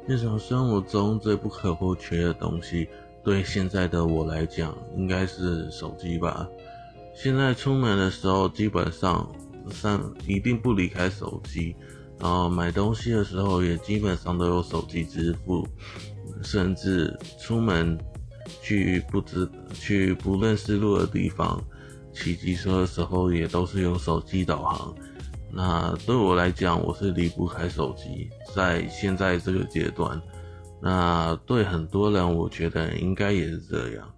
日常生活中最不可或缺的东西，对现在的我来讲，应该是手机吧。现在出门的时候，基本上一定不离开手机，然后买东西的时候也基本上都有手机支付，甚至出门去不认识路的地方，骑机车的时候也都是用手机导航。那对我来讲，我是离不开手机，在现在这个阶段。那对很多人，我觉得应该也是这样。